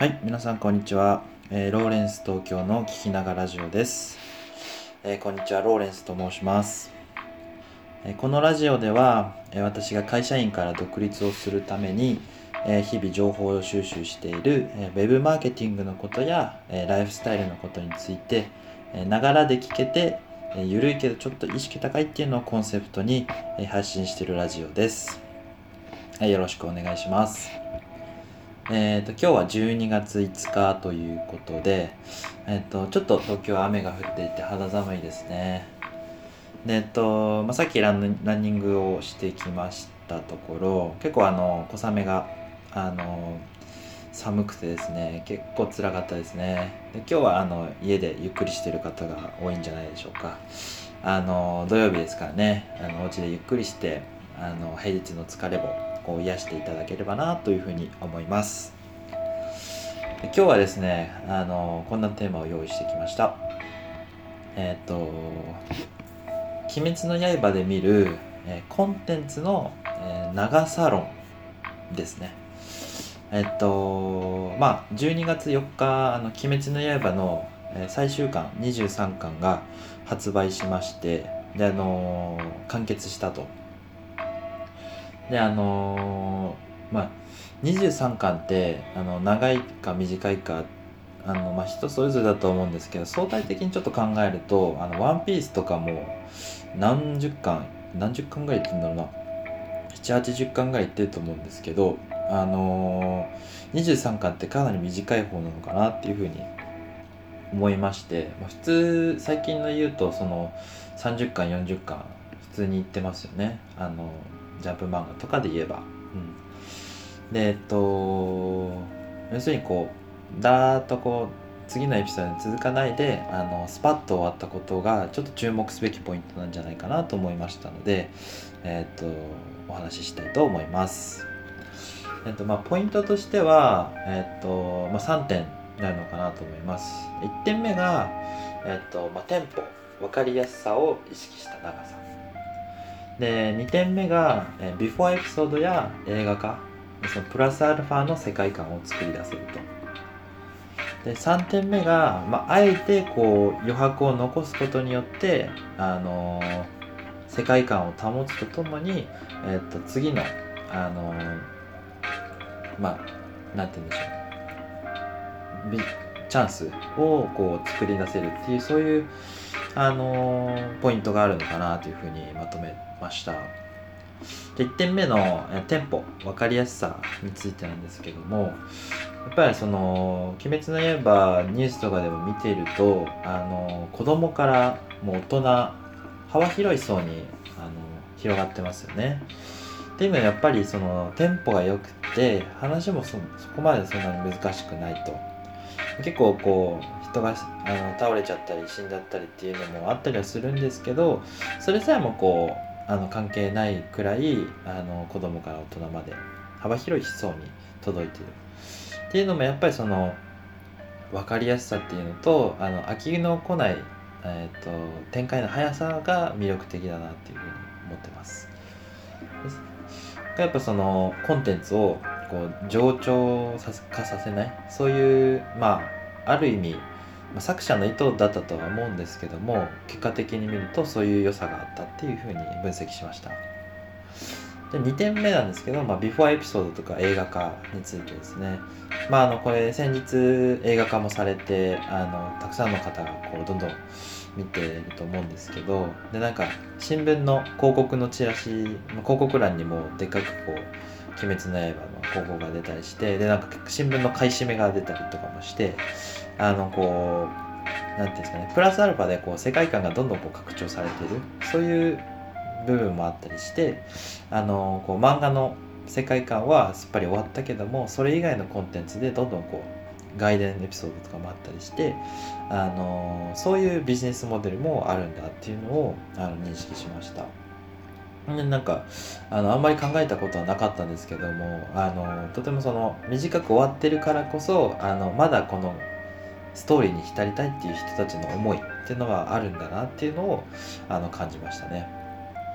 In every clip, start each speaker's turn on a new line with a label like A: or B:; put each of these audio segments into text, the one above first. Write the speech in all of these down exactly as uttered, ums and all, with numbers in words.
A: はい、皆さんこんにちは、えーローレンス東京の聞きながらラジオです、えーこんにちは、ローレンスと申します。えーこのラジオでは、えー私が会社員から独立をするために、えー日々情報を収集している、えーウェブマーケティングのことや、えーライフスタイルのことについてながらで聞けて、えーゆるいけどちょっと意識高いっていうのをコンセプトに、えー配信しているラジオです。はい、よろしくお願いします。えーと、今日はじゅうにがついつかということで、えーと、ちょっと東京は雨が降っていて肌寒いですね。で、えっと、まあ、さっきランランニングをしてきましたところ、結構あの、小雨が、あの、寒くてですね、結構辛かったですね。で、今日はあの、家でゆっくりしている方が多いんじゃないでしょうか。あの、土曜日ですからね、あの、お家でゆっくりして、あの、平日の疲れをこう癒していただければなというふうに思います。で今日はですね、あの、こんなテーマを用意してきました。えっ、と、鬼滅の刃で見る、えーコンテンツの、えー長さ論ですね。えっと、まあ、じゅうにがつよっか、あの、鬼滅の刃の、えー最終巻、にじゅうさんかんが発売しまして、で、あのー完結したと。で、あのーまあ、にじゅうさんかんって、あの、長いか短いか、あの、まあ、人それぞれだと思うんですけど、相対的にちょっと考えると、あの、ワンピースとかも、何十巻、何十巻ぐらいいってんだろうな。なな、はちじゅっかんぐらいいってると思うんですけど、あのー、にじゅうさんかんってかなり短い方なのかなっていうふうに思いまして、まあ、普通、最近の言うと、その、さんじゅっかん、よんじゅっかん、普通に言ってますよね。あの、ジャンプ漫画とかで言えば。うん。で、えっと、要するにこう、だーっとこう、次のエピソードに続かないで、あの、スパッと終わったことが、ちょっと注目すべきポイントなんじゃないかなと思いましたので、えっと、お話ししたいと思います。えっと、まあ、ポイントとしては、えっと、まあ、さんてんになるのかなと思います。いってんめが、えっと、まあ、テンポ、わかりやすさを意識した長さ。で、にてんめが、えービフォーエピソードや映画化、そのプラスアルファの世界観を作り出せると。で、さんてんめが、まあ、あえてこう余白を残すことによって、あのー世界観を保つとともに、えっと次の、あのーまあ、なんて言うんでしょう、ビチャンスをこう作り出せるっていう、そういう、あのーポイントがあるのかなというふうにまとめました。でいってんめのえテンポ、分かりやすさについてなんですけども、やっぱりその「鬼滅の刃」ニュースとかでも見ていると、あの子供からもう大人幅広い層にあの広がってますよね。っていうのはやっぱりそのテンポが良くて話もそそこまでそんなに難しくないと。結構こう人があの倒れちゃったり死んじゃったりっていうのもあったりはするんですけど、それさえもこうあの関係ないくらい、あの子供から大人まで幅広い層に届いているっていうのも、やっぱりその分かりやすさっていうのと、あの飽きの来ない、えー、と展開の速さが魅力的だなっていうふうに思ってます。やっぱそのコンテンツをこう冗長化させない、そういうまあある意味、まあ、作者の意図だったとは思うんですけども、結果的に見るとそういう良さがあったっていうふうに分析しました。でにてんめなんですけど、まあ、ビフォーエピソードとか映画化についてですね。まあ、あのこれ先日映画化もされて、あのたくさんの方がこうどんどん見ていると思うんですけど、でなんか新聞の広告のチラシ、広告欄にもでっかくこう「鬼滅の刃」の広告が出たりして、でなんか新聞の買い占めが出たりとかもして、あのこうなんていうんですかね、プラスアルファでこう世界観がどんどんこう拡張されている、そういう部分もあったりして、あのこう漫画の世界観はすっぱり終わったけども、それ以外のコンテンツでどんどんこう外伝エピソードとかもあったりして、あのそういうビジネスモデルもあるんだっていうのをあの認識しました。でなんかあのあんまり考えたことはなかったんですけども、あのとてもその短く終わってるからこそ、あのまだこのストーリーに浸りたいっていう人たちの思いっていうのがあるんだなっていうのをあの感じましたね。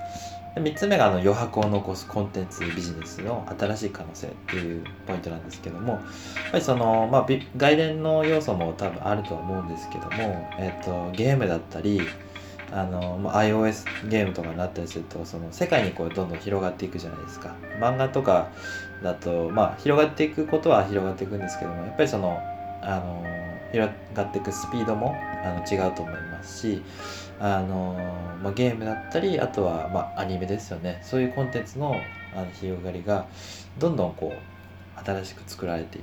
A: でみっつめがあの余白を残すコンテンツビジネスの新しい可能性っていうポイントなんですけども、やっぱりその、まあ、び外伝の要素も多分あるとは思うんですけども、えっと、ゲームだったり、あの、まあ、iOS ゲームとかになったりすると、その世界にこうどんどん広がっていくじゃないですか。漫画とかだと、まあ、広がっていくことは広がっていくんですけども、やっぱりその、あの、広がっていくスピードもあの違うと思いますし、あの、まあ、ゲームだったり、あとは、まあ、アニメですよね。そういうコンテンツのあの広がりが、どんどんこう、新しく作られていって、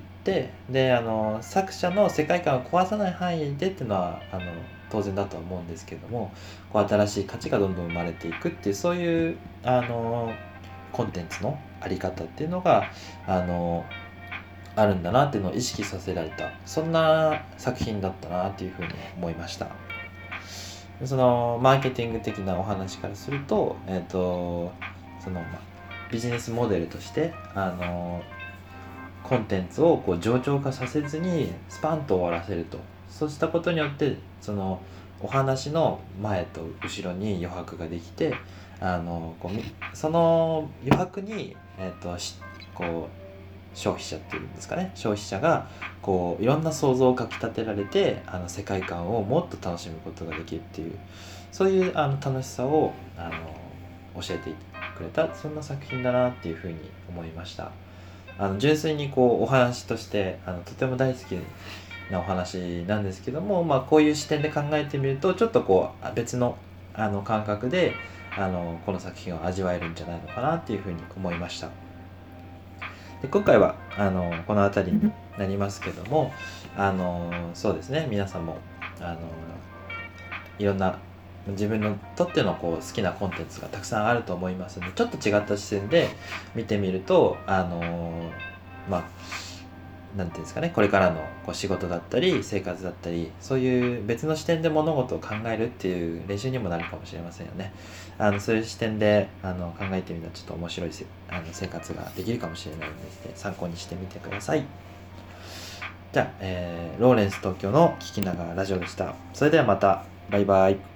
A: で、あの、作者の世界観を壊さない範囲でっていうのは、あの、当然だとは思うんですけども、こう新しい価値がどんどん生まれていくっていう、そういうあのコンテンツのあり方っていうのがあのあるんだなっていうのを意識させられた、そんな作品だったなっていうふうに思いました。そのマーケティング的なお話からすると、えっとその、まあ、ビジネスモデルとしてあのコンテンツをこう冗長化させずにスパンと終わらせると、そうしたことによってそのお話の前と後ろに余白ができて、あのこうその余白に、えー、としこう消費者っていうんですかね、消費者がこういろんな想像をかきたてられて、あの世界観をもっと楽しむことができるっていう、そういうあの楽しさをあの教えてくれた、そんな作品だなっていうふうに思いました。あの純粋にこうお話としてあのとても大好きなお話なんですけども、まあ、こういう視点で考えてみるとちょっとこう別のあの感覚であのこの作品を味わえるんじゃないのかなっていうふうに思いました。で今回はあのこの辺りになりますけども、あのそうですね、皆さんもあのいろんな自分にとってのこう好きなコンテンツがたくさんあると思いますので、ちょっと違った視点で見てみると、あのまあなんていうんですかね、これからのこう仕事だったり生活だったり、そういう別の視点で物事を考えるっていう練習にもなるかもしれませんよね。あのそういう視点であの考えてみるとちょっと面白いせあの生活ができるかもしれないので、参考にしてみてください。じゃあ、えーローレンス東京の聞きながらラジオでした。それではまた。バイバイ。